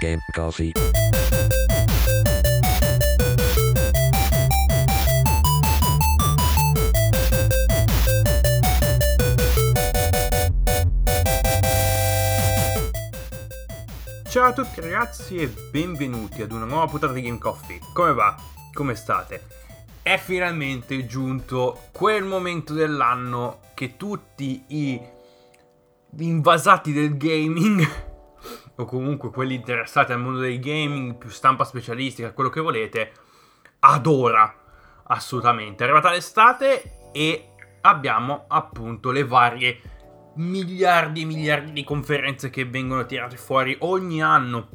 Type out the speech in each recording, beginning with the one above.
Game Coffee. Ciao a tutti ragazzi e benvenuti ad una nuova puntata di Game Coffee. Come va? Come state? È finalmente giunto quel momento dell'anno che tutti i invasati del gaming o comunque quelli interessati al mondo del gaming, più stampa specialistica, quello che volete, adora assolutamente. È arrivata l'estate e abbiamo appunto le varie miliardi e miliardi di conferenze che vengono tirate fuori ogni anno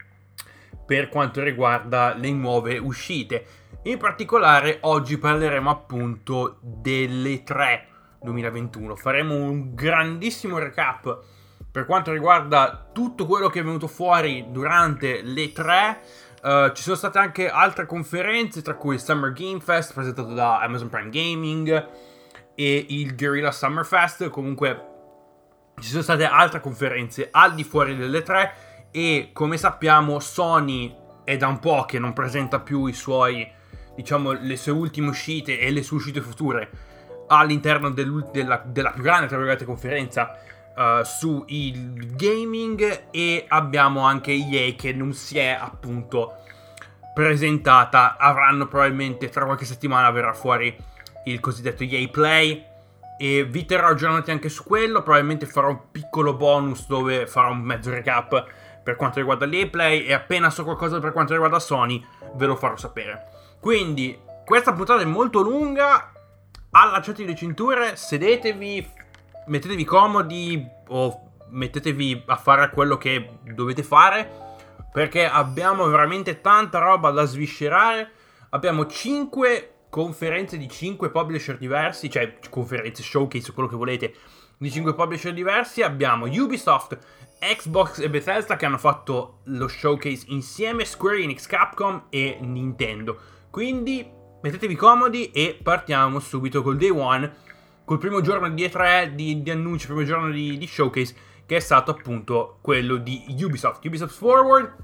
per quanto riguarda le nuove uscite. In particolare oggi parleremo appunto delle 3 2021. Faremo un grandissimo recap per quanto riguarda tutto quello che è venuto fuori durante le 3. Ci sono state anche altre conferenze, tra cui il Summer Game Fest presentato da Amazon Prime Gaming e il Guerrilla Summer Fest. Comunque ci sono state altre conferenze al di fuori delle 3 e come sappiamo Sony è da un po' che non presenta più i suoi, diciamo, le sue ultime uscite e le sue uscite future all'interno della più grande, tra virgolette, conferenza su il gaming, e abbiamo anche EA che non si è appunto presentata. Avranno probabilmente tra qualche settimana verrà fuori il cosiddetto EA Play e vi terrò aggiornati anche su quello. Probabilmente farò un piccolo bonus dove farò un mezzo recap per quanto riguarda l'EA Play e appena so qualcosa per quanto riguarda Sony ve lo farò sapere. Quindi questa puntata è molto lunga, allacciatevi le cinture, sedetevi, mettetevi comodi o mettetevi a fare quello che dovete fare, perché abbiamo veramente tanta roba da sviscerare. Abbiamo 5 conferenze di 5 publisher diversi, cioè conferenze, showcase, quello che volete, di 5 publisher diversi. Abbiamo Ubisoft, Xbox e Bethesda che hanno fatto lo showcase insieme, Square Enix, Capcom e Nintendo. Quindi mettetevi comodi e partiamo subito col Day One, col primo giorno di E3, di annunci, primo giorno di showcase, che è stato appunto quello di Ubisoft Forward,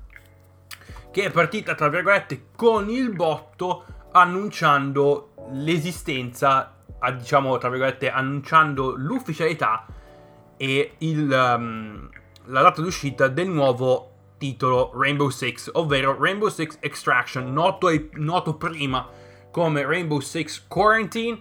che è partita tra virgolette con il botto, annunciando l'esistenza, diciamo tra virgolette, annunciando l'ufficialità e la data d'uscita del nuovo titolo Rainbow Six, ovvero Rainbow Six Extraction, noto prima come Rainbow Six Quarantine.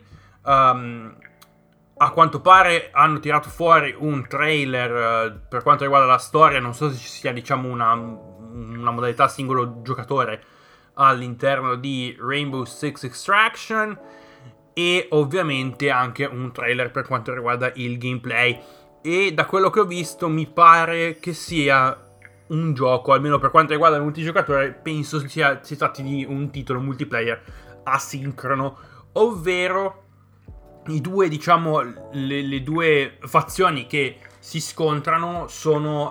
A quanto pare hanno tirato fuori un trailer per quanto riguarda la storia. Non so se ci sia, diciamo, una modalità singolo giocatore all'interno di Rainbow Six Extraction, e ovviamente anche un trailer per quanto riguarda il gameplay. E da quello che ho visto mi pare che sia un gioco, almeno per quanto riguarda il multigiocatore, penso si tratti di un titolo multiplayer asincrono, ovvero i due, diciamo, le due fazioni che si scontrano sono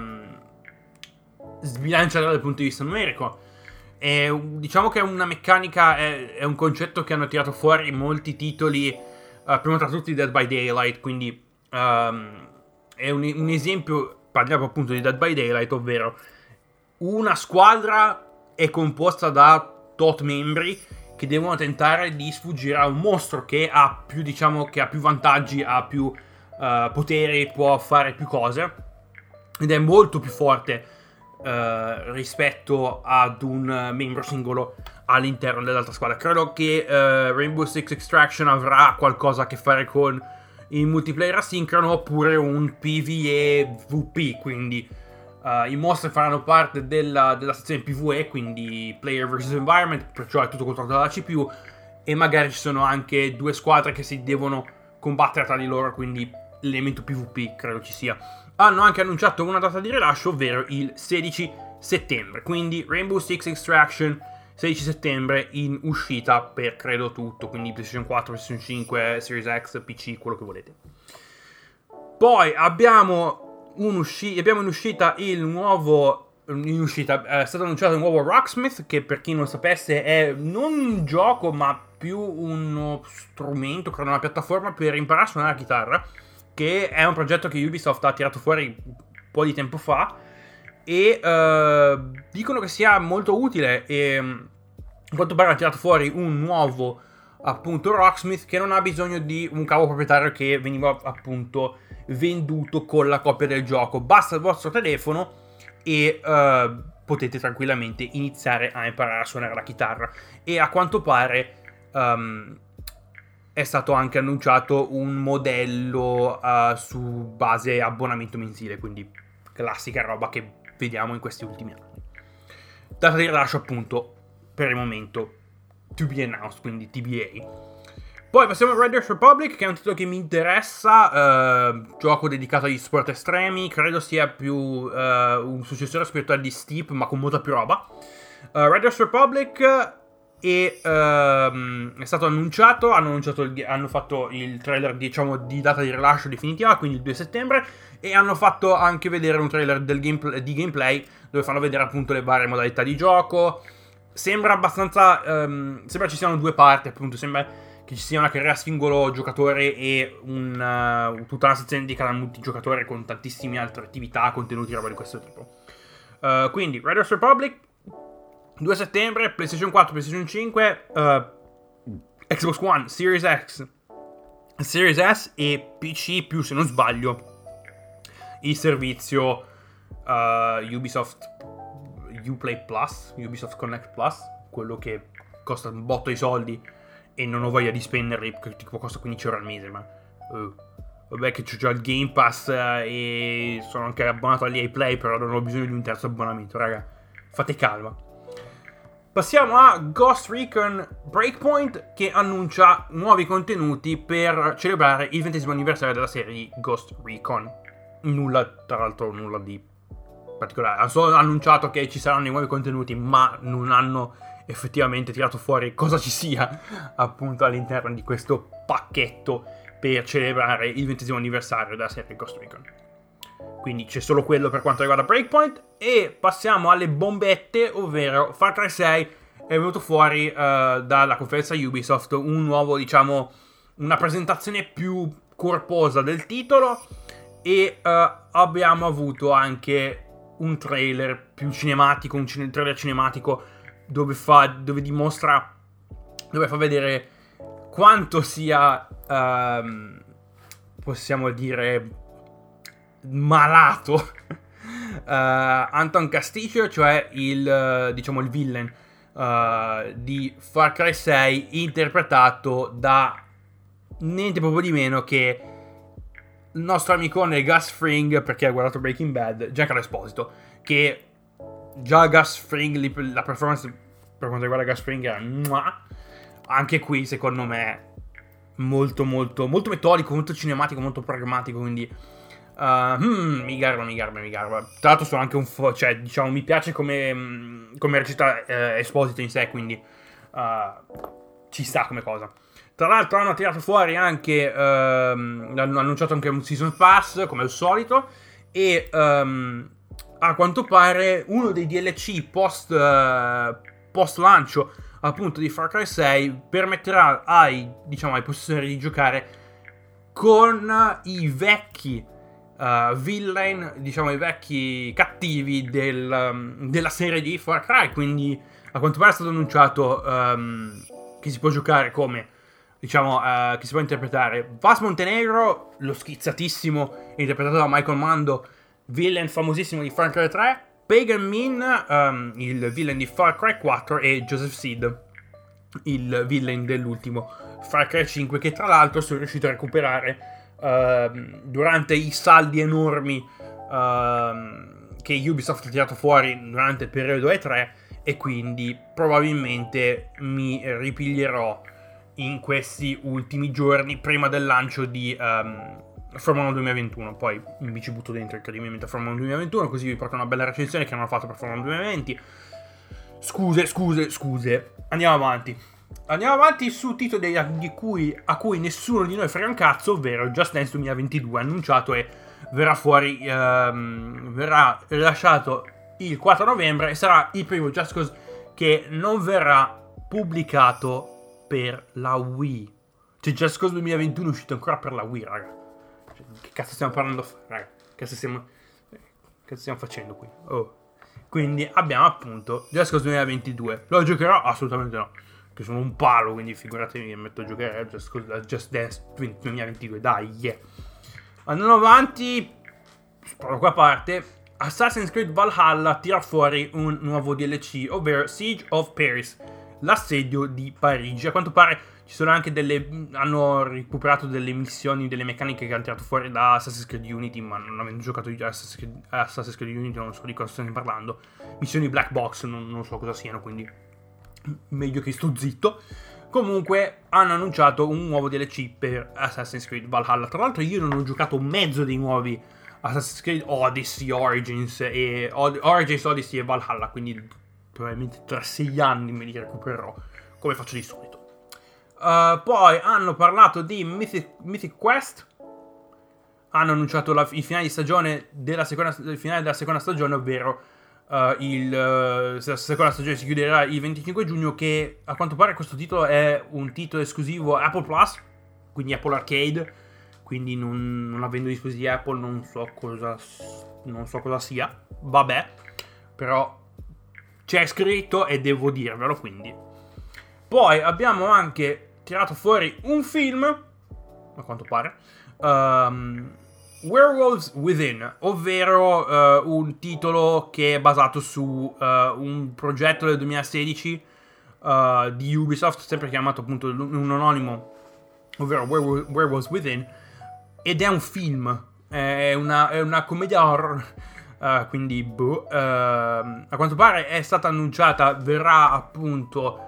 sbilanciate dal punto di vista numerico. Diciamo che è una meccanica, è un concetto che hanno tirato fuori molti titoli, prima tra tutti Dead by Daylight, quindi è un esempio. Parliamo appunto di Dead by Daylight, ovvero una squadra è composta da tot membri che devono tentare di sfuggire a un mostro che ha più, diciamo, che ha più vantaggi, ha più poteri, può fare più cose ed è molto più forte rispetto ad un membro singolo all'interno dell'altra squadra. Credo che Rainbow Six Extraction avrà qualcosa a che fare con il multiplayer asincrono oppure un PvE-VP, quindi i mostri faranno parte della sezione PvE, quindi Player vs Environment, perciò è tutto controllato dalla CPU, e magari ci sono anche due squadre che si devono combattere tra di loro, quindi l'elemento PvP credo ci sia. Hanno anche annunciato una data di rilascio, ovvero il 16 settembre, quindi Rainbow Six Extraction 16 settembre in uscita per credo tutto, quindi PlayStation 4, PlayStation 5, Series X, PC, quello che volete. Poi abbiamo in uscita è stato annunciato il nuovo Rocksmith, che per chi non sapesse è non un gioco ma più uno strumento, credo una piattaforma per imparare a suonare la chitarra, che è un progetto che Ubisoft ha tirato fuori un po' di tempo fa e dicono che sia molto utile e a quanto pare ha tirato fuori un nuovo appunto Rocksmith che non ha bisogno di un cavo proprietario che veniva appunto venduto con la copia del gioco. Basta il vostro telefono e potete tranquillamente iniziare a imparare a suonare la chitarra. E a quanto pare è stato anche annunciato un modello su base abbonamento mensile, quindi classica roba che vediamo in questi ultimi anni. Data di rilascio appunto per il momento to be announced, quindi TBA. Poi passiamo a Riders Republic, che è un titolo che mi interessa, gioco dedicato agli sport estremi, credo sia più un successore spirituale di Steep, ma con molta più roba. Riders Republic è stato annunciato, hanno fatto il trailer, diciamo, di data di rilascio definitiva, quindi il 2 settembre, e hanno fatto anche vedere un trailer di gameplay, dove fanno vedere appunto le varie modalità di gioco. Sembra abbastanza, sembra ci siano due parti, appunto, sembra che ci sia una carriera singolo giocatore e tutta una sezione dedicata al multigiocatore con tantissime altre attività, contenuti, roba di questo tipo. Quindi, Riders Republic, 2 settembre, PlayStation 4, PlayStation 5, Xbox One, Series X, Series S e PC più, se non sbaglio, il servizio Ubisoft Uplay Plus, Ubisoft Connect Plus, quello che costa un botto di soldi e non ho voglia di spenderli, perché tipo costa 15 euro al mese, ma vabbè che c'ho già il Game Pass e sono anche abbonato all'EA Play, però non ho bisogno di un terzo abbonamento, raga, fate calma. Passiamo a Ghost Recon Breakpoint, che annuncia nuovi contenuti per celebrare il 20° anniversario della serie di Ghost Recon. Tra l'altro nulla di particolare. Hanno solo annunciato che ci saranno i nuovi contenuti, ma non hanno effettivamente tirato fuori cosa ci sia appunto all'interno di questo pacchetto per celebrare il 20° anniversario della serie Ghost Recon. Quindi c'è solo quello per quanto riguarda Breakpoint. E passiamo alle bombette, ovvero Far Cry 6 è venuto fuori dalla conferenza Ubisoft un nuovo, diciamo, una presentazione più corposa del titolo, e abbiamo avuto anche un trailer più cinematico, un trailer cinematico dove fa vedere quanto sia possiamo dire malato Anton Castillo, cioè il villain di Far Cry 6, interpretato da niente proprio di meno che il nostro amicone Gus Fring, perché ha guardato Breaking Bad, Giancarlo Esposito, che già Gus Fring, la performance per quanto riguarda Gus Fring era anche qui secondo me molto molto molto metodico, molto cinematico, molto pragmatico, quindi mi garba. Tra l'altro sono anche mi piace come recita Esposito in sé, quindi ci sta come cosa. Tra l'altro hanno tirato fuori anche hanno annunciato anche un Season Pass, come al solito, e a quanto pare uno dei DLC post lancio appunto di Far Cry 6 permetterà ai possessori di giocare con i vecchi villain, i vecchi cattivi della serie di Far Cry. Quindi a quanto pare è stato annunciato che si può giocare come che si può interpretare Vas Montenegro, lo schizzatissimo interpretato da Michael Mando, villain famosissimo di Far Cry 3, Pagan Min, il villain di Far Cry 4, e Joseph Seed, il villain dell'ultimo Far Cry 5, che tra l'altro sono riuscito a recuperare durante i saldi enormi che Ubisoft ha tirato fuori durante il periodo E3, e quindi probabilmente mi ripiglierò in questi ultimi giorni prima del lancio di Formula 1 2021. Poi mi ci butto dentro incredibilmente a Formula 1 2021, così vi porto una bella recensione che non ho fatto per Formula 1 2020. Scuse, andiamo avanti su titoli a cui nessuno di noi frega un cazzo, ovvero Just Dance 2022, annunciato e verrà rilasciato il 4 novembre e sarà il primo Just Cause che non verrà pubblicato per la Wii. Cioè Just Cause 2021 è uscito ancora per la Wii, raga. Che cazzo stiamo parlando, raga? Che cazzo stiamo facendo qui? Oh, Quindi abbiamo appunto Just Cause 2022. Lo giocherò? Assolutamente no, che sono un palo, quindi figuratevi che metto a giocare Just Dance 2022. Dai, yeah. Andando avanti, sparo qua a parte, Assassin's Creed Valhalla tira fuori un nuovo DLC, ovvero Siege of Paris, l'assedio di Parigi. A quanto pare ci sono anche hanno recuperato delle missioni, delle meccaniche che hanno tirato fuori da Assassin's Creed Unity, ma non avendo giocato Assassin's Creed Unity non so di cosa stiamo parlando. Missioni black box, non so cosa siano, quindi meglio che sto zitto. Comunque hanno annunciato un nuovo DLC per Assassin's Creed Valhalla. Tra l'altro io non ho giocato mezzo dei nuovi Assassin's Creed Odyssey, Origins Odyssey e Valhalla, quindi probabilmente tra 6 anni me li recupererò, come faccio di solito. Poi hanno parlato di Mythic Quest. Hanno annunciato il finale di stagione il finale della seconda stagione, ovvero la seconda stagione si chiuderà il 25 giugno, che a quanto pare questo titolo è un titolo esclusivo Apple Plus, quindi Apple Arcade, quindi non avendo dispositivi Apple non so cosa sia, vabbè, però c'è scritto e devo dirvelo, quindi. Poi abbiamo anche tirato fuori un film, a quanto pare, Werewolves Within, ovvero un titolo che è basato su un progetto del 2016 di Ubisoft, sempre chiamato appunto un anonimo, ovvero Werewolves Within, ed è un film, è una commedia horror, quindi a quanto pare è stata annunciata, verrà appunto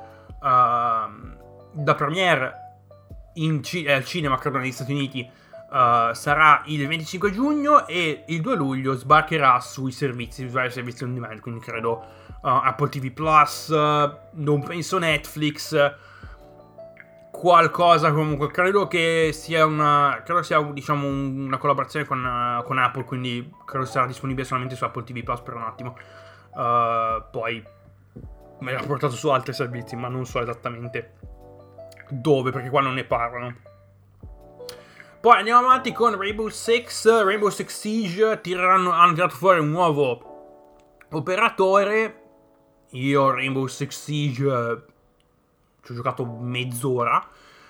da premiere al cinema, credo negli Stati Uniti, sarà il 25 giugno e il 2 luglio sbarcherà sui vari servizi on demand, quindi credo Apple TV Plus, non penso Netflix, qualcosa comunque, credo sia diciamo una collaborazione con Apple, quindi credo sarà disponibile solamente su Apple TV Plus per un attimo, poi me l'ha portato su altri servizi, ma non so esattamente dove, perché qua non ne parlano. Poi andiamo avanti con Rainbow Six Siege. Hanno tirato fuori un nuovo operatore. Io Rainbow Six Siege ci ho giocato mezz'ora.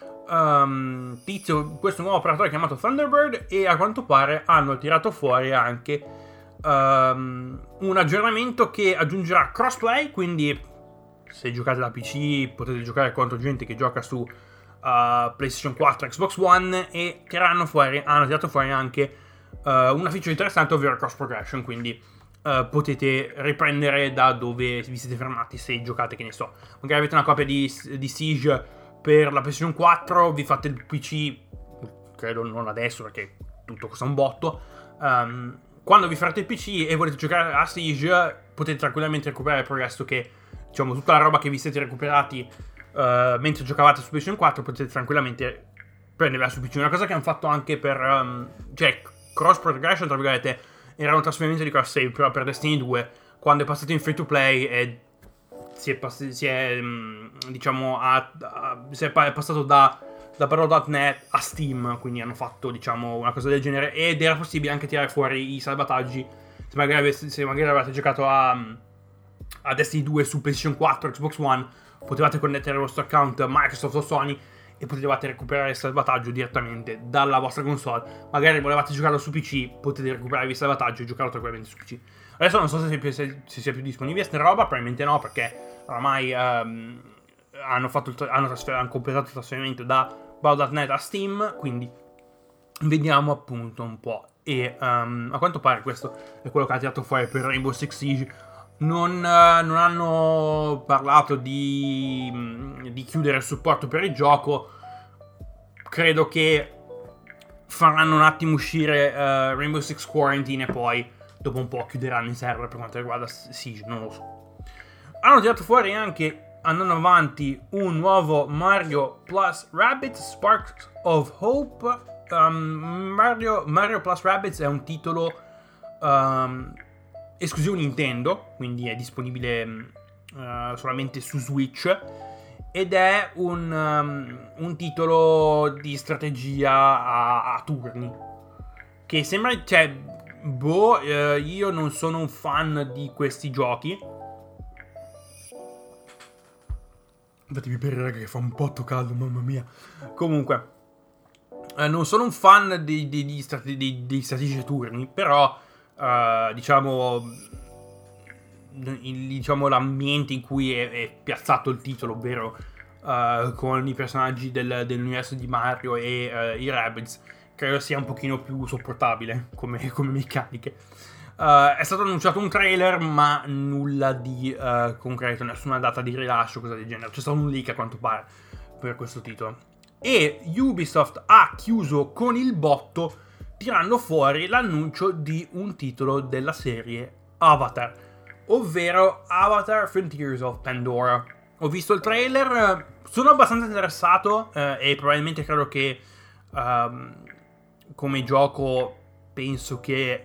Questo nuovo operatore chiamato Thunderbird, e a quanto pare hanno tirato fuori anche un aggiornamento che aggiungerà crossplay, quindi se giocate da PC potete giocare contro gente che gioca su PlayStation 4, Xbox One, e hanno tirato fuori anche una feature interessante, ovvero cross progression, quindi potete riprendere da dove vi siete fermati se giocate, che ne so, magari avete una copia di Siege per la PlayStation 4, vi fate il PC, credo non adesso perché tutto costa un botto, quando vi farete il PC e volete giocare a Siege potete tranquillamente recuperare il progresso, che diciamo tutta la roba che vi siete recuperati mentre giocavate su PlayStation 4 potete tranquillamente prenderla su PC. Una cosa che hanno fatto anche per cross progression, tra virgolette, era un trasferimento di cross save per Destiny 2, quando è passato in free to play e è passato da Battle.net a Steam, quindi hanno fatto diciamo una cosa del genere, ed era possibile anche tirare fuori i salvataggi se magari avevate giocato a Destiny 2 su PlayStation 4, Xbox One, potevate connettere il vostro account Microsoft o Sony e potevate recuperare il salvataggio direttamente dalla vostra console. Magari volevate giocarlo su PC, potete recuperare il salvataggio e giocarlo tranquillamente su PC. Adesso non so se sia più disponibile sta roba, probabilmente no, perché oramai hanno completato il trasferimento da Battle.net a Steam, quindi vediamo appunto un po'. E a quanto pare questo è quello che ha tirato fuori per Rainbow Six Siege. Non hanno parlato di chiudere il supporto per il gioco. Credo che faranno un attimo uscire Rainbow Six Quarantine e poi dopo un po' chiuderanno i server per quanto riguarda Siege, non lo so. Hanno tirato fuori anche, andando avanti, un nuovo Mario Plus Rabbids Sparks of Hope. Mario Plus Rabbids è un titolo esclusivo Nintendo, quindi è disponibile solamente su Switch, ed è un titolo di strategia a turni, che sembra, Io non sono un fan di questi giochi. Fatevi bere, raga, che fa un po' caldo, mamma mia. Comunque, non sono un fan dei strategici turni, però diciamo l'ambiente in cui è piazzato il titolo, ovvero con i personaggi dell'universo di Mario e i Rabbids, credo sia un pochino più sopportabile come meccaniche. È stato annunciato un trailer, ma nulla di concreto, nessuna data di rilascio, cosa del genere. C'è stato un leak a quanto pare per questo titolo. E Ubisoft ha chiuso con il botto tirando fuori l'annuncio di un titolo della serie Avatar, ovvero Avatar Frontiers of Pandora. Ho visto il trailer, sono abbastanza interessato e probabilmente credo che come gioco penso che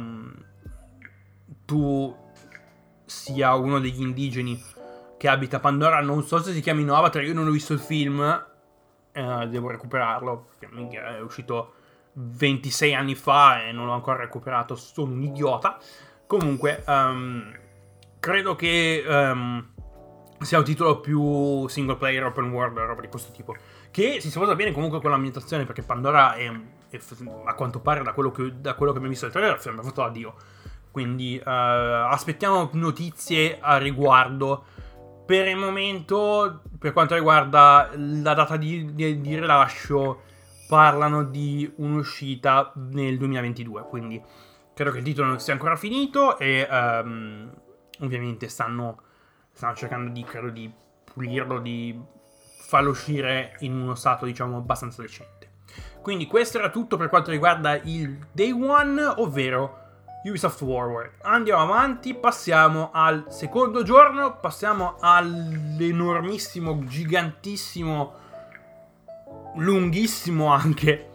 tu sia uno degli indigeni che abita Pandora. Non so se si chiamino Avatar, io non ho visto il film, devo recuperarlo perché è uscito 26 anni fa e non l'ho ancora recuperato, sono un idiota. Comunque credo che sia un titolo più single player, open world, roba di questo tipo, che si sposa bene comunque con l'ambientazione, perché Pandora è a quanto pare, da quello che abbiamo visto nel trailer, sembra fatto da Dio. Quindi aspettiamo notizie a riguardo. Per il momento, per quanto riguarda la data di rilascio, parlano di un'uscita nel 2022, quindi credo che il titolo non sia ancora finito e ovviamente stanno cercando di pulirlo, di farlo uscire in uno stato, diciamo, abbastanza decente. Quindi questo era tutto per quanto riguarda il Day One, ovvero Ubisoft Forward. Andiamo avanti, passiamo al secondo giorno, passiamo all'enormissimo, gigantissimo, lunghissimo anche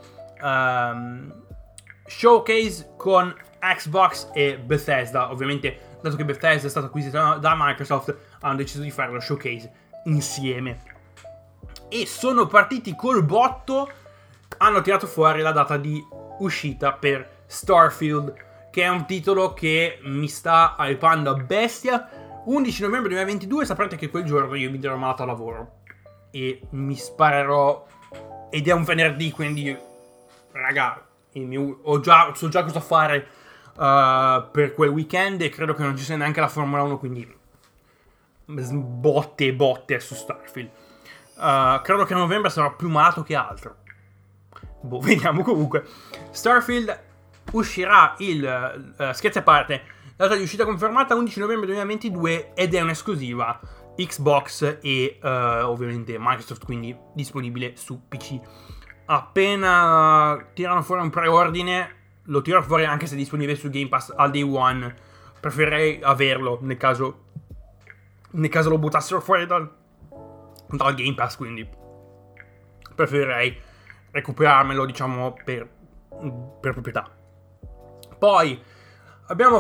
showcase con Xbox e Bethesda. Ovviamente, dato che Bethesda è stata acquisita da Microsoft, hanno deciso di fare lo showcase insieme e sono partiti col botto. Hanno tirato fuori la data di uscita per Starfield, che è un titolo che mi sta hypando a bestia. 11 novembre 2022, saprete che quel giorno io mi darò malato a lavoro e mi sparerò, ed è un venerdì, quindi raga, so già cosa fare per quel weekend, e credo che non ci sia neanche la Formula 1, quindi botte e botte su Starfield. Credo che a novembre sarò più malato che altro. Vediamo. Comunque Starfield uscirà scherzi a parte, la data di uscita confermata 11 novembre 2022 ed è un'esclusiva Xbox e ovviamente Microsoft, quindi disponibile su PC. Appena tirano fuori un preordine lo tiro fuori, anche se è disponibile su Game Pass al day one. Preferirei averlo nel caso lo buttassero fuori dal Game Pass, quindi preferirei recuperarmelo, diciamo, per proprietà. Poi abbiamo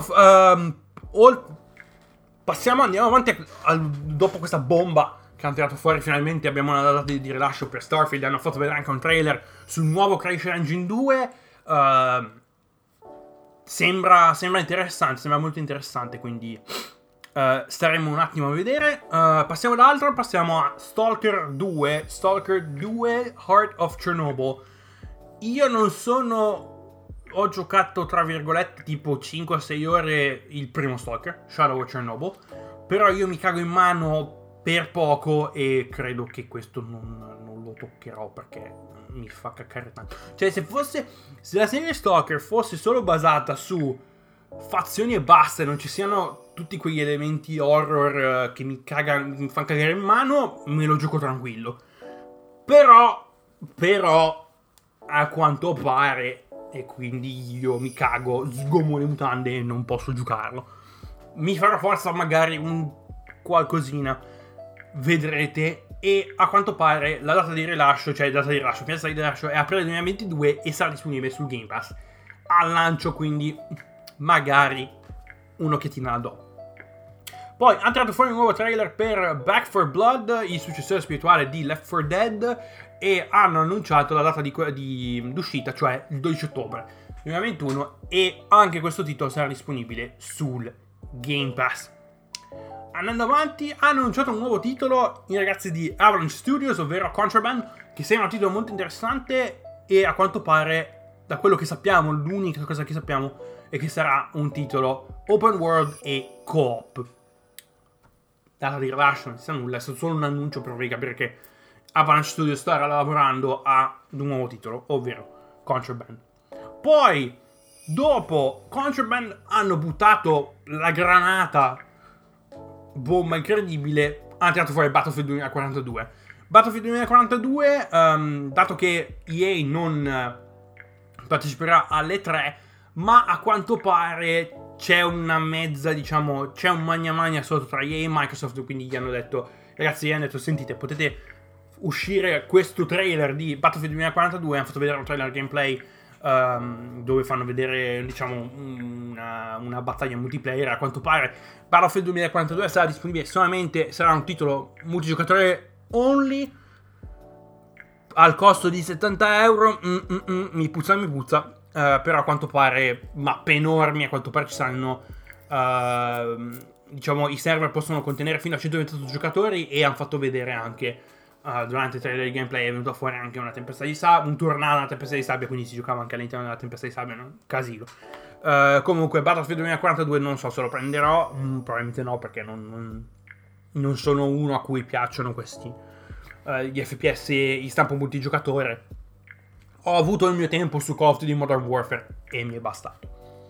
andiamo avanti dopo questa bomba che hanno tirato fuori. Finalmente abbiamo una data di rilascio per Starfield. Hanno fatto vedere anche un trailer sul nuovo CryEngine 2. Sembra interessante, sembra molto interessante, quindi staremo un attimo a vedere. Passiamo a Stalker 2 Heart of Chernobyl. Io non ho giocato tra virgolette tipo 5-6 ore il primo Stalker, Shadow of Chernobyl, però io mi cago in mano per poco e credo che questo non lo toccherò perché mi fa caccare tanto. Cioè, se la serie Stalker fosse solo basata su fazioni e basta e non ci siano tutti quegli elementi horror che mi fanno cagare in mano, me lo gioco tranquillo. Però a quanto pare, e quindi io mi cago, sgomo le mutande e non posso giocarlo. Mi farò forza magari un qualcosina, vedrete. E a quanto pare la data di rilascio, finestra di rilascio è aprile 2022 e sarà disponibile sul Game Pass al lancio, quindi magari un'occhiatina la do. Poi hanno tirato fuori un nuovo trailer per Back 4 Blood, il successore spirituale di Left 4 Dead, e hanno annunciato la data di uscita, cioè il 12 ottobre. 2021, e anche questo titolo sarà disponibile sul Game Pass. Andando avanti, hanno annunciato un nuovo titolo i ragazzi di Avalanche Studios, ovvero Contraband, che sembra un titolo molto interessante e a quanto pare, da quello che sappiamo, l'unica cosa che sappiamo è che sarà un titolo open world e co-op. Data di rilascio non si sa nulla, è stato solo un annuncio per farvi capire che Avalanche Studios sta lavorando ad un nuovo titolo, ovvero Contraband. Poi, dopo Contraband, hanno buttato la granata bomba incredibile, hanno tirato fuori Battlefield 2042. Battlefield 2042, dato che EA non parteciperà alle 3, ma a quanto pare c'è una mezza, diciamo, c'è un magna sotto tra EA e Microsoft, quindi gli hanno detto, sentite, potete uscire questo trailer di Battlefield 2042, hanno fatto vedere un trailer gameplay dove fanno vedere, diciamo, una battaglia multiplayer. A quanto pare Battlefield 2042 sarà disponibile solamente, sarà un titolo multigiocatore only al costo di 70 euro. Mi puzza. Però a quanto pare mappe enormi, a quanto pare ci saranno, diciamo, i server possono contenere fino a 128 giocatori, e hanno fatto vedere anche durante il trailer di gameplay è venuto fuori anche una tempesta di sabbia, un tornado, una tempesta di sabbia, quindi si giocava anche all'interno della tempesta di sabbia, no? Casino. Comunque Battlefield 2042 non so se lo prenderò, probabilmente no, perché non sono uno a cui piacciono questi gli FPS in stampo multigiocatore. Ho avuto il mio tempo su Call of Duty Modern Warfare e mi è bastato.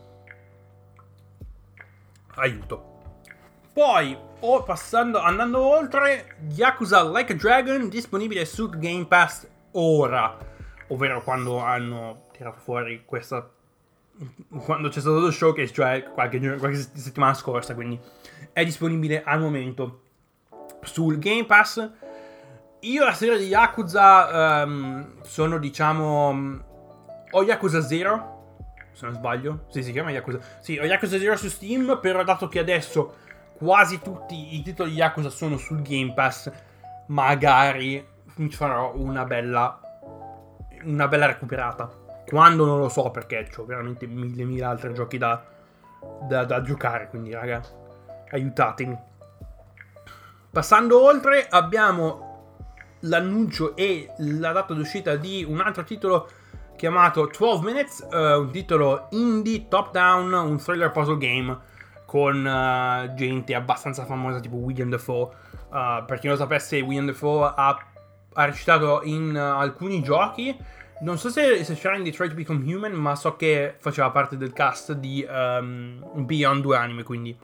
Aiuto. Poi, andando oltre, Yakuza Like a Dragon disponibile su Game Pass ora, ovvero quando hanno tirato fuori questa, quando c'è stato lo showcase, cioè qualche settimana scorsa, quindi è disponibile al momento sul Game Pass. Io la serie di Yakuza sono, diciamo, ho Yakuza 0, se non sbaglio, sì, si chiama Yakuza, sì, ho Yakuza 0 su Steam, però dato che adesso quasi tutti i titoli Yakuza sono sul Game Pass, magari mi farò una bella recuperata. Quando non lo so, perché ho veramente mille altri giochi da giocare, quindi raga, aiutatemi. Passando oltre, abbiamo l'annuncio e la data d'uscita di un altro titolo chiamato 12 Minutes, un titolo indie top down, un thriller puzzle game con gente abbastanza famosa tipo William Dafoe. Per chi non lo sapesse, William Dafoe ha recitato in alcuni giochi, non so se c'era in Detroit Become Human, ma so che faceva parte del cast di Beyond 2 anime, quindi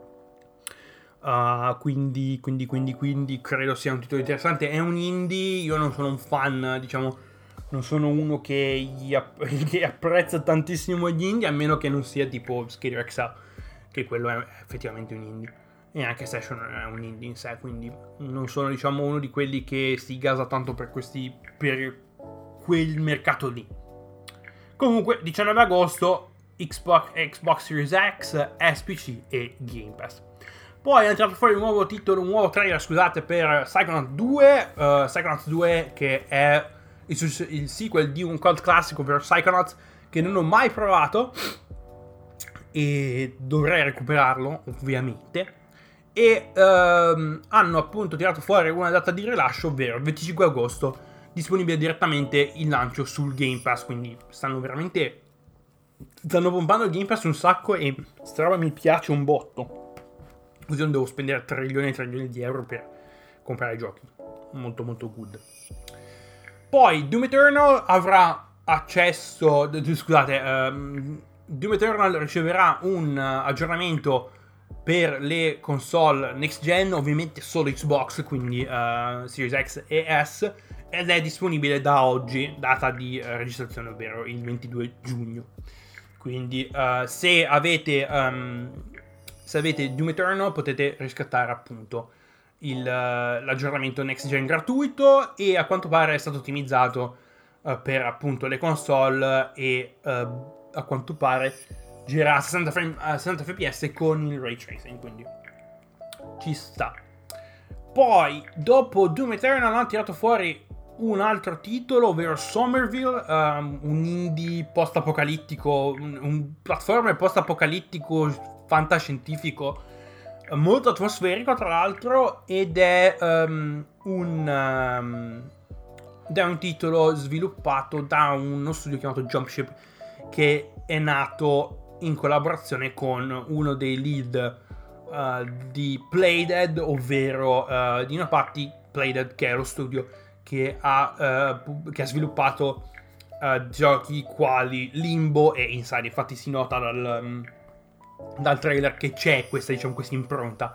credo sia un titolo interessante. È un indie, io non sono un fan, diciamo, non sono uno che apprezza tantissimo gli indie, a meno che non sia tipo Skater XL, che quello è effettivamente un indie, e anche Session è un indie in sé, quindi non sono, diciamo, uno di quelli che si gasa tanto per quel mercato lì. Comunque 19 agosto Xbox Series X, SPC e Game Pass. Poi è entrato fuori un nuovo trailer, scusate, per Psychonauts 2. Psychonauts 2, che è il sequel di un cult classico, ovvero Psychonauts, che non ho mai provato e dovrei recuperarlo, ovviamente. E hanno appunto tirato fuori una data di rilascio, ovvero il 25 agosto, disponibile direttamente il lancio sul Game Pass. Quindi stanno pompando il Game Pass un sacco, e sta roba mi piace un botto. Così non devo spendere trilioni di euro per comprare giochi. Molto molto good. Poi Doom Eternal avrà accesso, Doom Eternal riceverà un aggiornamento per le console next gen, ovviamente solo Xbox, quindi Series X e S, ed è disponibile da oggi, data di registrazione, ovvero il 22 giugno. Quindi se avete Doom Eternal potete riscattare appunto l'aggiornamento next gen gratuito, e a quanto pare è stato ottimizzato per appunto le console, e a quanto pare gira a 60 fps con il ray tracing, quindi ci sta. Poi dopo Doom Eternal hanno tirato fuori un altro titolo, ovvero Somerville, un indie post-apocalittico, un platformer post-apocalittico fantascientifico molto atmosferico tra l'altro, ed è un titolo sviluppato da uno studio chiamato Jumpship, che è nato in collaborazione con uno dei lead di Playdead, ovvero Dino Patti. Playdead, che è lo studio che ha sviluppato giochi quali Limbo e Inside. Infatti si nota dal trailer che c'è questa impronta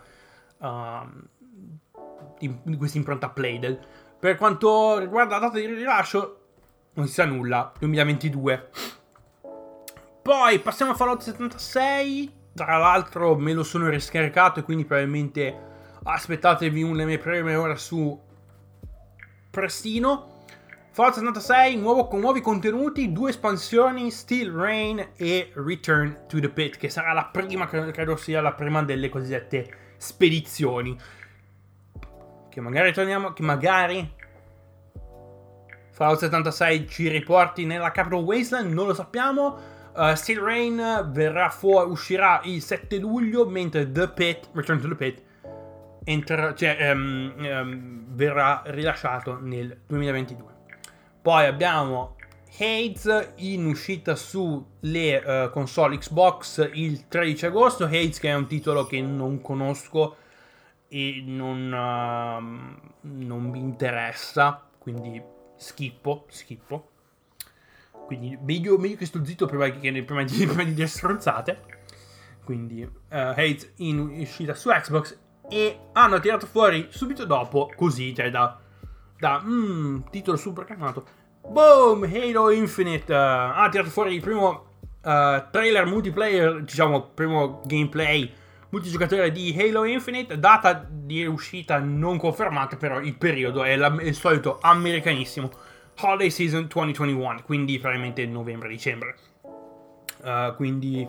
questa impronta Playdead. Per quanto riguarda la data di rilascio non si sa nulla, 2022. Poi passiamo a Fallout 76. Tra l'altro me lo sono riscaricato e quindi probabilmente aspettatevi le mie prime ore su prestino. Fallout 76 con nuovi contenuti, 2 espansioni, Steel Rain e Return to the Pit, che sarà la prima, credo sia la prima delle cosiddette spedizioni. Che magari Fallout 76 ci riporti nella Capital Wasteland, non lo sappiamo. Steel Rain uscirà il 7 luglio, mentre The Pit, Return to the Pit, verrà rilasciato nel 2022. Poi abbiamo Hades in uscita sulle console Xbox il 13 agosto. Hades, che è un titolo che non conosco e non mi interessa, quindi schippo. Quindi meglio che sto zitto prima di dire stronzate. Quindi Hades in uscita su Xbox, e hanno tirato fuori subito dopo, così, cioè da titolo super calmato, boom, Halo Infinite. Ha tirato fuori il primo trailer multiplayer, diciamo primo gameplay multigiocatore di Halo Infinite. Data di uscita non confermata, però il periodo è il solito americanissimo Holiday Season 2021, quindi probabilmente novembre-dicembre. Quindi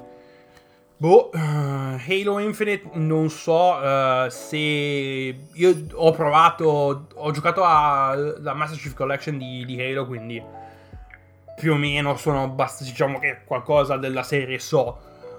Halo Infinite, non so se io ho giocato alla Master Chief Collection di Halo, quindi più o meno diciamo che qualcosa della serie so,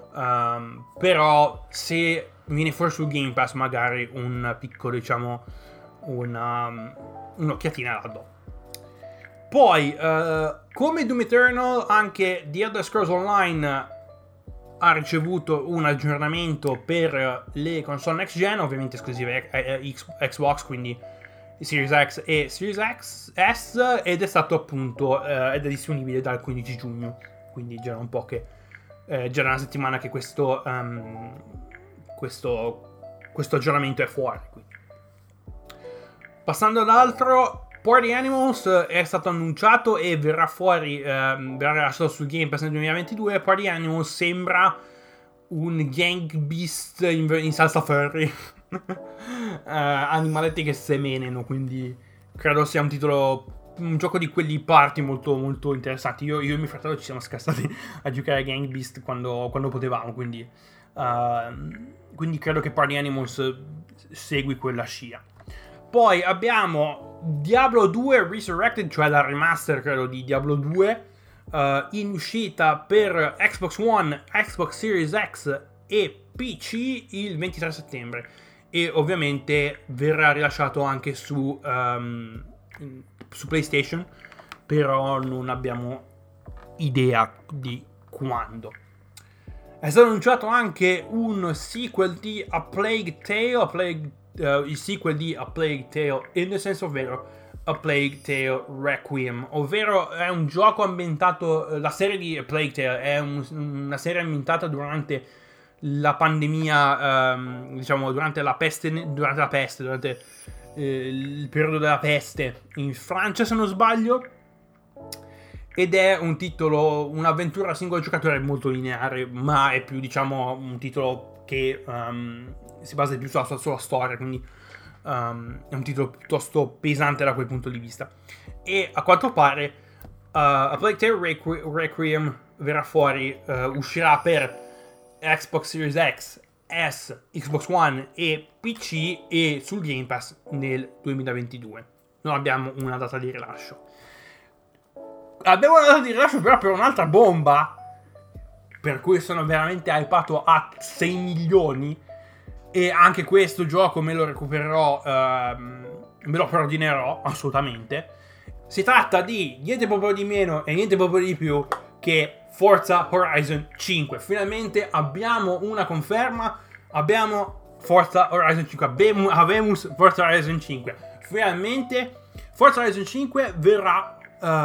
però se viene fuori sul Game Pass magari un piccolo, diciamo, un'occhiatina la do. Poi come Doom Eternal, anche The Elder Scrolls Online ha ricevuto un aggiornamento per le console next gen, ovviamente esclusive Xbox, quindi Series X e Series S, ed è stato appunto ed è disponibile dal 15 giugno, quindi già un po' che già da una settimana che questo aggiornamento è fuori. Quindi. Passando ad altro, Party Animals è stato annunciato e verrà rilasciato sul Game Pass nel 2022. Party Animals sembra un Gang Beast in salsa furry. Animaletti che semenano, quindi credo sia un gioco di quelli party molto molto interessanti. Io e mio fratello ci siamo scassati a giocare a Gang Beast quando potevamo, quindi credo che Party Animals segui quella scia. Poi abbiamo Diablo 2 Resurrected, cioè la remaster, credo, di Diablo 2, in uscita per Xbox One, Xbox Series X e PC il 23 settembre. E ovviamente verrà rilasciato anche su PlayStation, però non abbiamo idea di quando. È stato annunciato anche un sequel di A Plague Tale, il sequel di A Plague Tale Innocence, ovvero A Plague Tale Requiem, ovvero è un gioco ambientato, la serie di A Plague Tale è una serie ambientata durante la pandemia, diciamo durante il periodo della peste in Francia, se non sbaglio, ed è un titolo, un'avventura single giocatore molto lineare, ma è più, diciamo, un titolo che si basa più sulla storia, quindi è un titolo piuttosto pesante da quel punto di vista. E a quanto pare A Plague Tale Requiem verrà fuori, uscirà per Xbox Series X, S, Xbox One e PC, e sul Game Pass nel 2022. non abbiamo una data di rilascio. Abbiamo una data di rilascio però per un'altra bomba, per cui sono veramente hypato a 6 milioni. E anche questo gioco me lo recupererò, me lo preordinerò assolutamente. Si tratta di niente proprio di meno e niente proprio di più che Forza Horizon 5. Finalmente abbiamo una conferma, abbiamo Forza Horizon 5, Habemus Forza Horizon 5. Finalmente Forza Horizon 5 verrà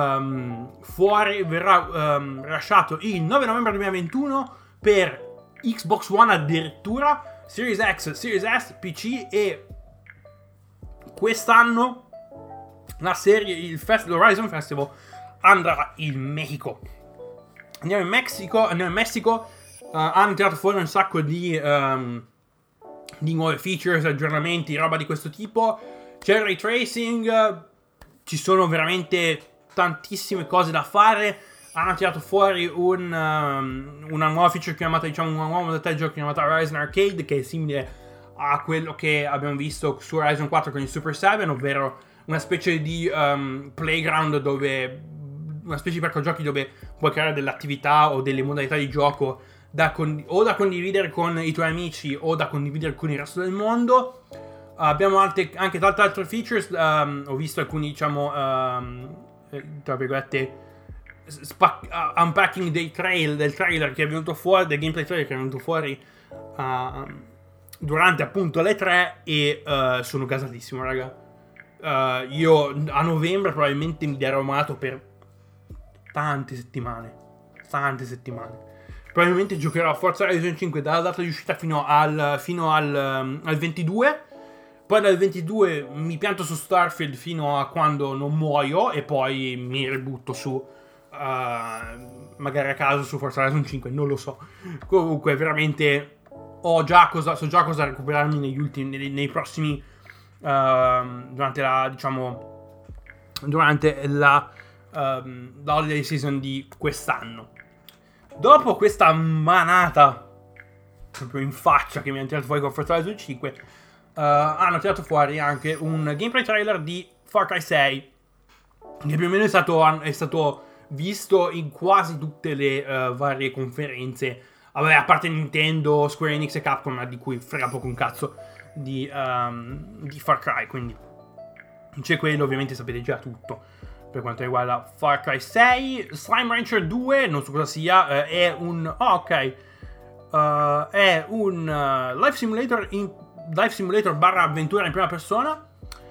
rilasciato il 9 novembre 2021 per Xbox One addirittura, Series X, Series S, PC, e quest'anno l'Horizon Festival andrà in Messico. Andiamo in Messico. Hanno tirato fuori un sacco di nuove features, aggiornamenti, roba di questo tipo. C'è il ray tracing, ci sono veramente tantissime cose da fare. Hanno tirato fuori una nuova feature chiamata, una nuova modalità di gioco chiamata Horizon Arcade, che è simile a quello che abbiamo visto su Horizon 4 con il Super 7, ovvero una specie di playground una specie di parco giochi dove puoi creare delle attività o delle modalità di gioco da condividere con i tuoi amici o da condividere con il resto del mondo. Abbiamo anche tante altre features. Ho visto alcuni, tra virgolette, unpacking del trailer che è venuto fuori, del gameplay trailer che è venuto fuori durante appunto le 3, e sono gasatissimo, raga. Io a novembre probabilmente mi darò malato per tante settimane. Probabilmente giocherò a Forza Horizon 5 dalla data di uscita fino al 22. Poi dal 22 mi pianto su Starfield fino a quando non muoio, e poi mi ributto su magari a caso su Forza Horizon 5, non lo so. Comunque veramente so già cosa recuperarmi nei prossimi durante la holiday season di quest'anno. Dopo questa manata proprio in faccia che mi hanno tirato fuori con Forza Horizon 5, hanno tirato fuori anche un gameplay trailer di Far Cry 6, che più o meno è stato visto in quasi tutte le varie conferenze, a parte Nintendo, Square Enix e Capcom, di cui frega poco un cazzo di Far Cry, quindi c'è quello, ovviamente sapete già tutto per quanto riguarda Far Cry 6. Slime Rancher 2, non so cosa sia, è un life simulator barra avventura in prima persona,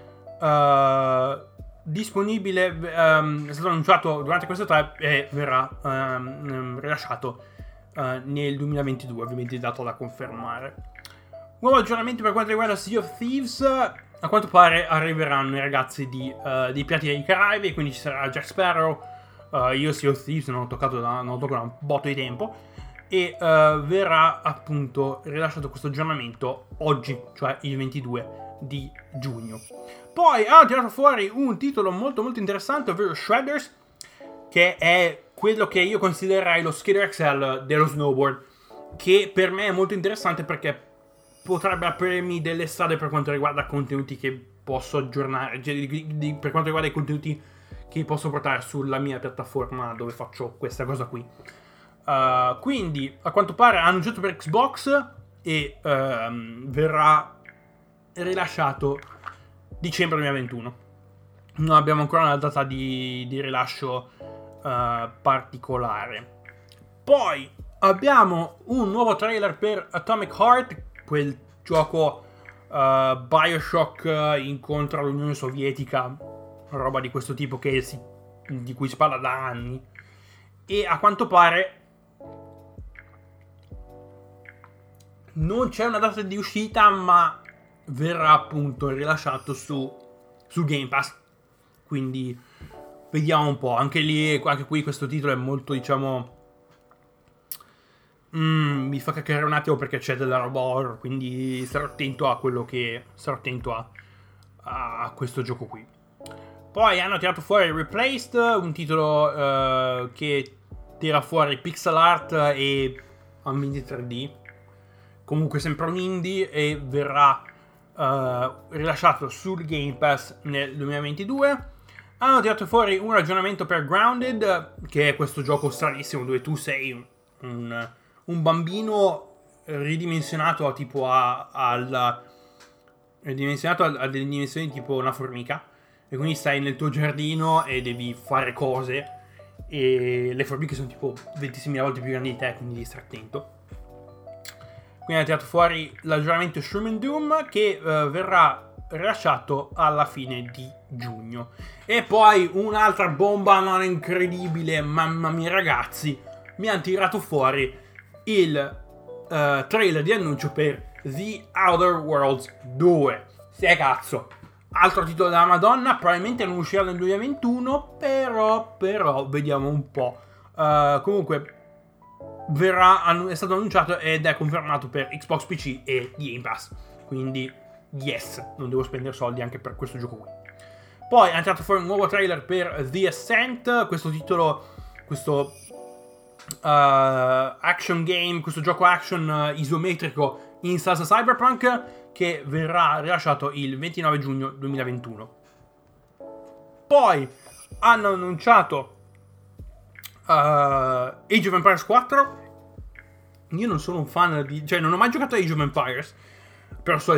disponibile, è stato annunciato durante questa 3 e verrà rilasciato nel 2022, ovviamente dato da confermare. Nuovi aggiornamenti per quanto riguarda Sea of Thieves. A quanto pare arriveranno i ragazzi dei Pirati dei Caraibi, quindi ci sarà Jack Sparrow. Io Sea of Thieves non ho toccato da un botto di tempo, e verrà appunto rilasciato questo aggiornamento oggi, cioè il 22 di giugno. Poi hanno tirato fuori un titolo molto molto interessante, ovvero Shredders, che è quello che io considererei lo Skitter XL dello snowboard, che per me è molto interessante perché potrebbe aprirmi delle strade per quanto riguarda contenuti che posso aggiornare, per quanto riguarda i contenuti che posso portare sulla mia piattaforma dove faccio questa cosa qui. Quindi a quanto pare hanno annunciato per Xbox e verrà rilasciato dicembre 2021. Non abbiamo ancora una data di rilascio particolare. Poi abbiamo un nuovo trailer per Atomic Heart, quel gioco Bioshock incontra l'Unione Sovietica, roba di questo tipo di cui si parla da anni, e a quanto pare non c'è una data di uscita, ma verrà appunto rilasciato su Game Pass, quindi vediamo un po'. Anche qui questo titolo è molto, mi fa cacare un attimo perché c'è della roba horror, quindi sarò attento a questo gioco qui. Poi hanno tirato fuori Replaced, un titolo che tira fuori pixel art e ambienti 3D, comunque sempre un indie, e verrà rilasciato sul Game Pass nel 2022. Hanno tirato fuori un aggiornamento per Grounded, che è questo gioco stranissimo dove tu sei un bambino ridimensionato tipo ridimensionato a delle dimensioni tipo una formica, e quindi stai nel tuo giardino e devi fare cose, e le formiche sono tipo 26.000 volte più grandi di te, quindi devi stare attento. Quindi ha tirato fuori l'aggiornamento Shroom Doom, che verrà rilasciato alla fine di giugno. E poi un'altra bomba non incredibile, mamma mia ragazzi, mi hanno tirato fuori il trailer di annuncio per The Outer Worlds 2. Sì, cazzo, altro titolo della Madonna, probabilmente non uscirà nel 2021, però vediamo un po'. Comunque è stato annunciato ed è confermato per Xbox PC e Game Pass, quindi yes, non devo spendere soldi anche per questo gioco qui. Poi hanno tirato fuori un nuovo trailer per The Ascent, questo titolo, questo action game, questo gioco action isometrico in salsa cyberpunk, che verrà rilasciato il 29 giugno 2021. Poi hanno annunciato Age of Empires 4. Io non sono un fan non ho mai giocato a Age of Empires, però so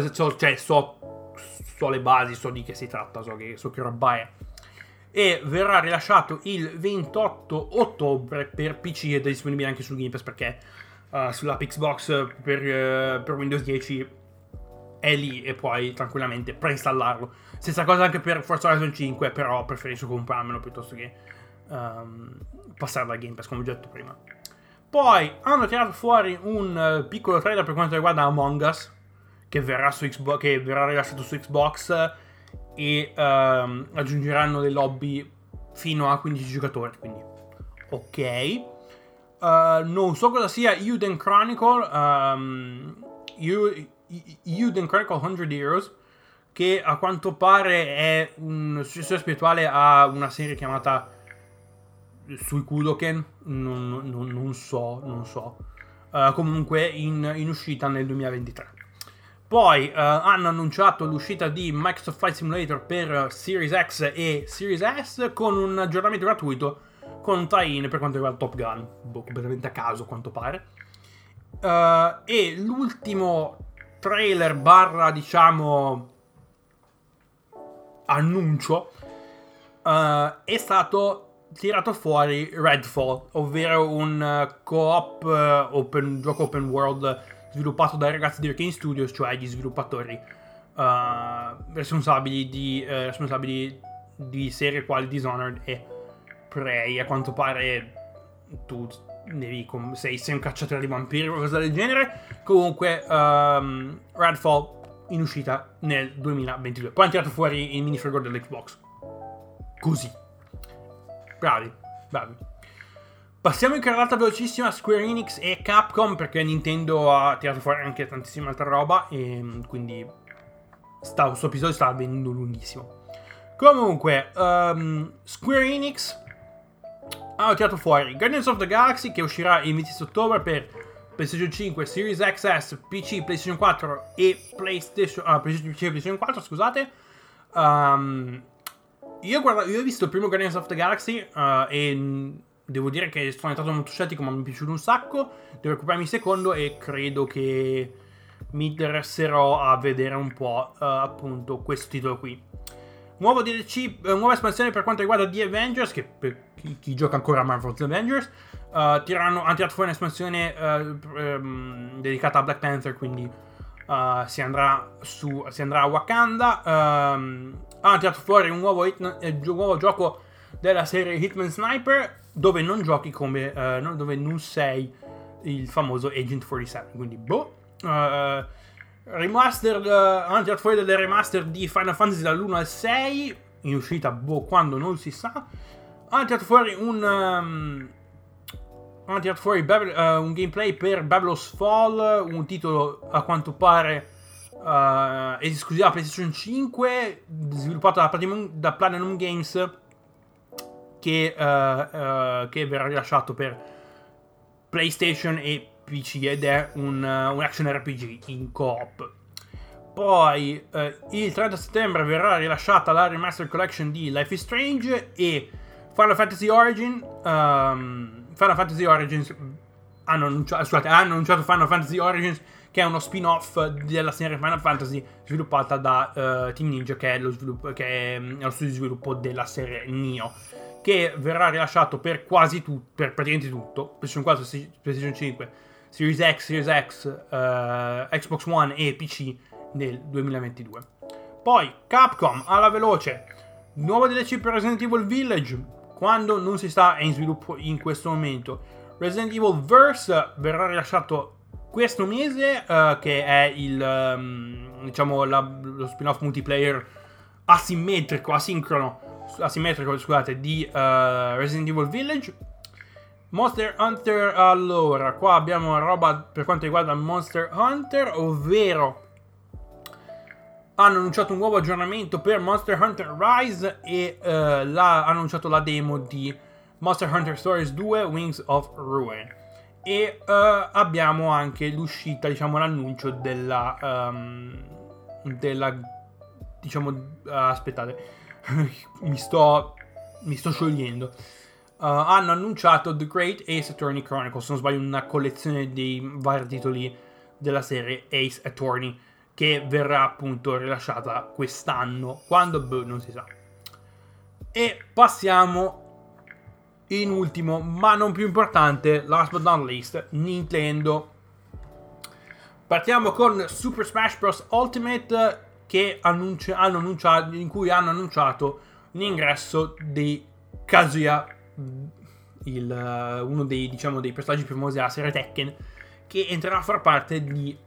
le basi, so di che si tratta, so che roba è. E verrà rilasciato il 28 ottobre per PC ed è disponibile anche su Game Pass, perché sulla Xbox per Windows 10 è lì e puoi tranquillamente preinstallarlo. Stessa cosa anche per Forza Horizon 5, però preferisco comprarmelo piuttosto che passare dal Game Pass, come ho già detto prima. Poi hanno tirato fuori un piccolo trailer per quanto riguarda Among Us, che verrà rilasciato su Xbox, e aggiungeranno le lobby fino a 15 giocatori, quindi ok. Non so cosa sia Euden Chronicle, Euden Chronicle 100 Heroes, che a quanto pare è un successore spirituale a una serie chiamata Suikoden, non so. Comunque in uscita nel 2023. Poi hanno annunciato l'uscita di Microsoft Flight Simulator per Series X e Series S, con un aggiornamento gratuito con un tie-in per quanto riguarda Top Gun, completamente a caso a quanto pare. E l'ultimo trailer / diciamo annuncio è stato tirato fuori Redfall, ovvero un co-op gioco open world sviluppato dai ragazzi di Arkane Studios, cioè gli sviluppatori responsabili di serie quali Dishonored e Prey. A quanto pare tu sei un cacciatore di vampiri o qualcosa del genere. Comunque Redfall in uscita nel 2022. Poi hanno tirato fuori il minifragor dell'Xbox. Così. Bravi. Passiamo in carrellata velocissima a Square Enix e Capcom, perché Nintendo ha tirato fuori anche tantissima altra roba e quindi questo episodio sta venendo lunghissimo. Comunque, Square Enix ha tirato fuori Guardians of the Galaxy, che uscirà il 26 ottobre per PlayStation 5, Series XS, PC, PlayStation 4 e PlayStation 4, scusate. Io ho visto il primo Guardians of the Galaxy e devo dire che sono stato molto scettico, ma mi è piaciuto un sacco. Devo recuperarmi il secondo e credo che mi interesserò a vedere un po' appunto questo titolo qui. Nuovo DLC, nuova espansione per quanto riguarda The Avengers, che per chi gioca ancora a Marvel's The Avengers, hanno tirato fuori un'espansione dedicata a Black Panther, quindi si andrà a Wakanda. Hanno tirato fuori un nuovo gioco della serie Hitman Sniper, dove non giochi dove non sei il famoso Agent 47, quindi remastered. Hanno tirato fuori delle remaster di Final Fantasy dall'1 al 6 in uscita quando non si sa. Hanno tirato fuori un gameplay per Babylon's Fall, un titolo a quanto pare esclusiva PlayStation 5, sviluppato da Platinum Games, che verrà rilasciato per PlayStation e PC ed è un action RPG in co-op. Poi il 30 settembre verrà rilasciata la Remastered Collection di Life is Strange e Final Fantasy Origins hanno annunciato Final Fantasy Origins, che è uno spin-off della serie Final Fantasy sviluppata da Team Ninja, che è lo studio di sviluppo della serie Nioh, che verrà rilasciato per quasi tutto, per praticamente tutto, PlayStation 4, PlayStation 5, Series X, Series X, Xbox One e PC nel 2022. Poi Capcom, alla veloce, nuovo DLC per Resident Evil Village, quando non si sta in sviluppo in questo momento. Resident Evil Verse verrà rilasciato questo mese, che è il lo spin-off multiplayer asimmetrico di Resident Evil Village. Monster Hunter, allora qua abbiamo roba per quanto riguarda Monster Hunter, ovvero hanno annunciato un nuovo aggiornamento per Monster Hunter Rise e hanno annunciato la demo di Monster Hunter Stories 2 Wings of Ruin. E abbiamo anche l'uscita, l'annuncio aspettate, mi sto sciogliendo. Hanno annunciato The Great Ace Attorney Chronicles, se non sbaglio una collezione dei vari titoli della serie Ace Attorney, che verrà appunto rilasciata quest'anno, quando non si sa. E passiamo in ultimo, ma non più importante, last but not least, Nintendo. Partiamo con Super Smash Bros. Ultimate, che in cui hanno annunciato l'ingresso di Kazuya, uno dei personaggi più famosi della serie Tekken, che entrerà a far parte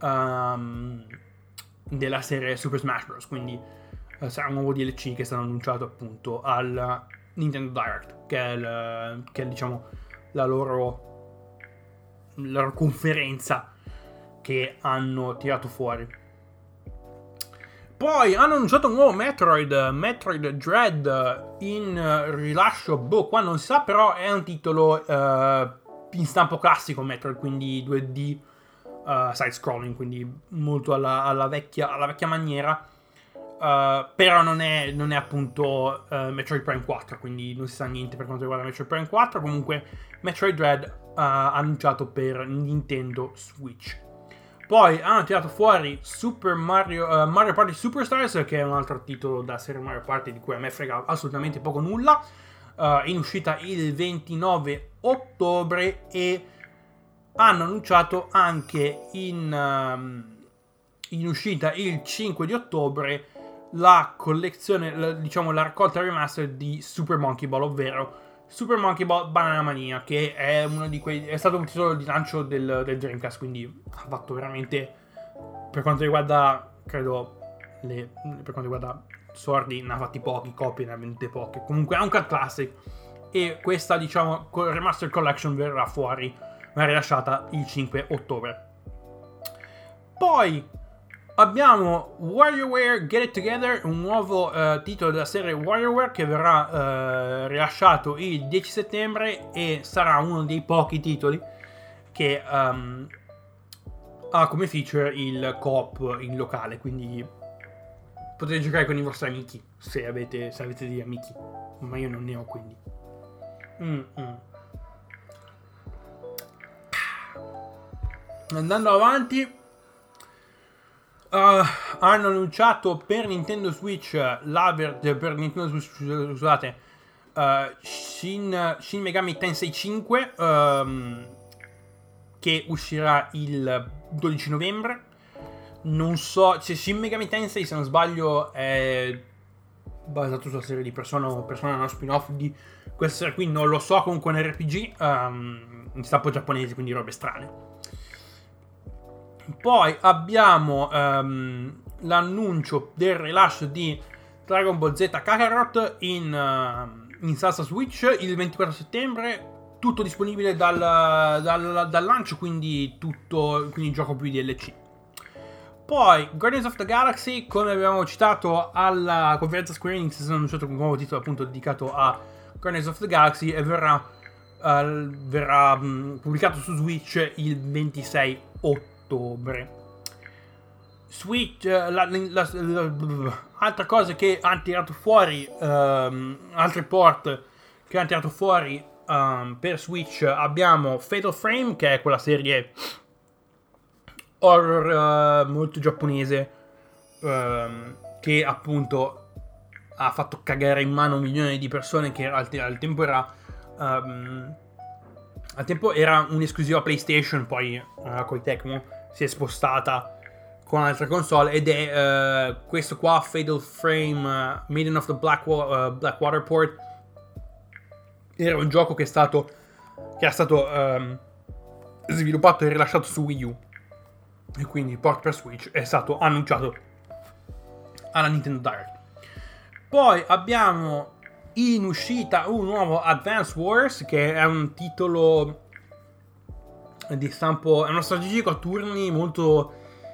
della serie Super Smash Bros. Quindi sarà un nuovo DLC che è stato annunciato appunto al Nintendo Direct, che è la loro conferenza che hanno tirato fuori. Poi hanno annunciato un nuovo Metroid Dread, in rilascio, qua non si sa, però è un titolo in stampo classico Metroid, quindi 2D side scrolling, quindi molto alla vecchia maniera, però non è appunto Metroid Prime 4, quindi non si sa niente per quanto riguarda Metroid Prime 4. Comunque Metroid Dread annunciato per Nintendo Switch. Poi hanno tirato fuori Super Mario Party Superstars, che è un altro titolo da serie Mario Party di cui a me frega assolutamente poco nulla, in uscita il 29 ottobre, e hanno annunciato anche in uscita il 5 di ottobre la collezione, la raccolta remaster di Super Monkey Ball, ovvero Super Monkey Ball Banana Mania, che è è stato un titolo di lancio del Dreamcast, quindi ha fatto veramente, per quanto riguarda, credo, per quanto riguarda sordi, ne ha fatti pochi, copie ne ha vendute poche. Comunque è un cult classic, e questa Remastered Collection verrà rilasciata il 5 ottobre. Poi abbiamo WarioWare Get It Together, un nuovo titolo della serie WarioWare, che verrà rilasciato il 10 settembre e sarà uno dei pochi titoli che ha come feature il co-op in locale, quindi potete giocare con i vostri amici se avete degli amici, ma io non ne ho, quindi andando avanti, hanno annunciato per Nintendo Switch Shin Megami Tensei 5, che uscirà il 12 novembre. Non so, Shin Megami Tensei, se non sbaglio, è basato sulla serie di Persona, uno spin-off di questa serie qui, non lo so. Comunque un RPG in stampo giapponese, quindi robe strane. Poi abbiamo l'annuncio del rilascio di Dragon Ball Z Kakarot in salsa Switch il 24 settembre, tutto disponibile dal lancio, quindi gioco più DLC. Poi Guardians of the Galaxy, come abbiamo citato alla conferenza Square Enix, è annunciato un nuovo titolo appunto dedicato a Guardians of the Galaxy, e verrà pubblicato su Switch il 26 ottobre. Switch, altre cose che hanno tirato fuori, altri port che hanno tirato fuori per Switch, abbiamo Fatal Frame, che è quella serie horror molto giapponese, che appunto ha fatto cagare in mano milioni di persone, che al tempo era un'esclusiva PlayStation, poi con i Tecmo si è spostata con altre console, ed è questo qua, Fatal Frame, Maiden of the Blackwater Port. Era un gioco che è stato sviluppato e rilasciato su Wii U, e quindi il port per Switch è stato annunciato alla Nintendo Direct. Poi abbiamo in uscita un nuovo Advance Wars, che è un titolo di stampo, è uno strategico a turni molto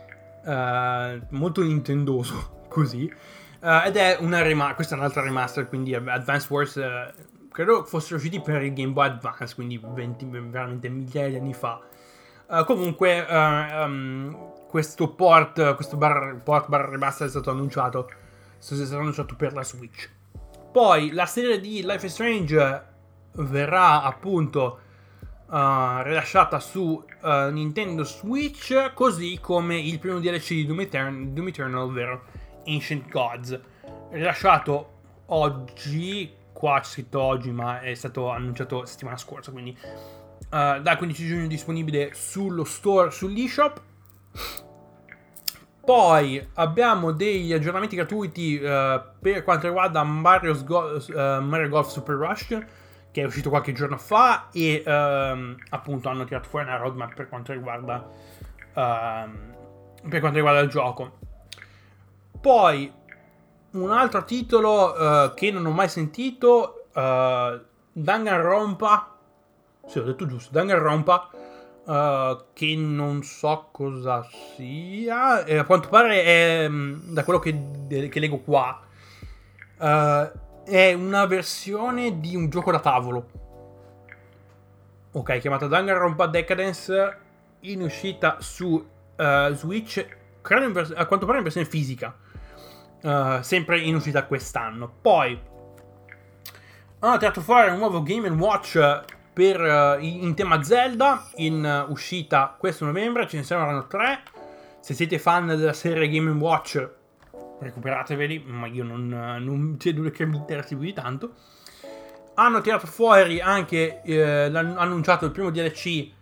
nintendoso, così, ed è questa è un'altra remaster, quindi Advance Wars credo fossero usciti per il Game Boy Advance, quindi veramente migliaia di anni fa. Comunque questo port remaster è stato annunciato per la Switch. Poi la serie di Life is Strange verrà appunto rilasciata su Nintendo Switch, così come il primo DLC di Doom Eternal, ovvero Ancient Gods, rilasciato oggi. Qua c'è scritto oggi, ma è stato annunciato settimana scorsa, quindi dal 15 giugno disponibile sullo store, sull'eShop. Poi abbiamo degli aggiornamenti gratuiti per quanto riguarda Mario Golf Super Rush, che è uscito qualche giorno fa, e appunto hanno tirato fuori una roadmap per quanto riguarda il gioco. Poi un altro titolo che non ho mai sentito, Danganronpa, sì, ho detto giusto, Danganronpa, che non so cosa sia, a quanto pare è, da quello che leggo qua, è una versione di un gioco da tavolo, ok, chiamata Danganronpa Decadence, in uscita su Switch, credo a quanto pare in versione fisica, sempre in uscita quest'anno. Poi hanno tirato fuori un nuovo Game & Watch in tema Zelda, in uscita questo novembre. Ce ne saranno 3. Se siete fan della serie Game & Watch, recuperateveli, ma io non credo che mi interessi più di tanto. Hanno tirato fuori anche, hanno annunciato il primo DLC,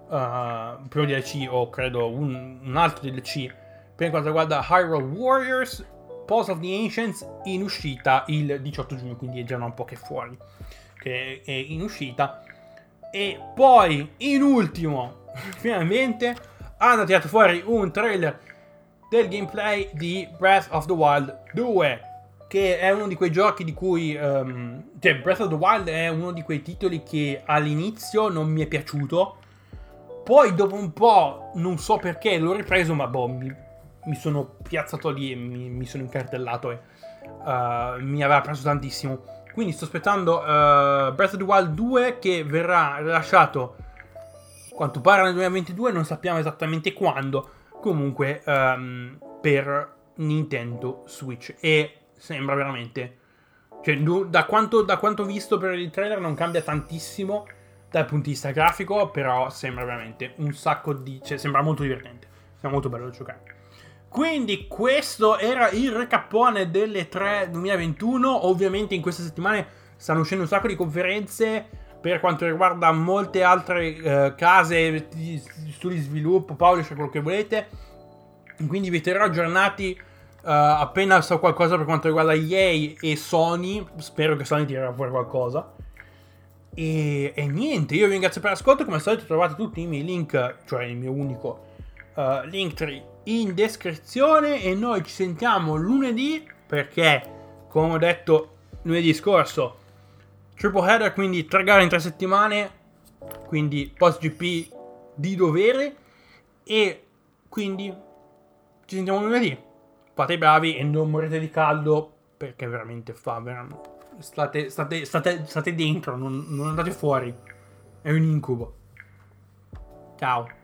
o credo un altro DLC per quanto riguarda Hyrule Warriors Pulse of the Ancients, in uscita il 18 giugno, quindi è già un po' che è fuori, che è in uscita. E poi, in ultimo, finalmente hanno tirato fuori un trailer del gameplay di Breath of the Wild 2, che è uno di quei giochi di cui Breath of the Wild è uno di quei titoli che all'inizio non mi è piaciuto, poi dopo un po', non so perché, l'ho ripreso, ma mi sono piazzato lì e mi sono incartellato, e mi aveva preso tantissimo. Quindi sto aspettando Breath of the Wild 2, che verrà rilasciato a quanto pare nel 2022, non sappiamo esattamente quando, comunque per Nintendo Switch, e sembra veramente, cioè, da quanto visto per il trailer non cambia tantissimo dal punto di vista grafico, però sembra veramente un sacco di, cioè, sembra molto divertente, sembra molto bello da giocare. Quindi questo era il recapone delle 3 2021. Ovviamente in queste settimane stanno uscendo un sacco di conferenze per quanto riguarda molte altre case, studi di sviluppo, publisher, quello che volete. Quindi vi terrò aggiornati appena so qualcosa per quanto riguarda EA e Sony. Spero che Sony tirerà fuori qualcosa. E niente, io vi ringrazio per l'ascolto. Come al solito trovate tutti i miei link, cioè il mio unico Linktree, in descrizione, e noi ci sentiamo lunedì, perché come ho detto lunedì scorso, triple header, quindi 3 gare in 3 settimane, quindi post GP di dovere, e quindi ci sentiamo lunedì. Fate i bravi e non morite di caldo, perché veramente state dentro, non andate fuori, è un incubo. Ciao.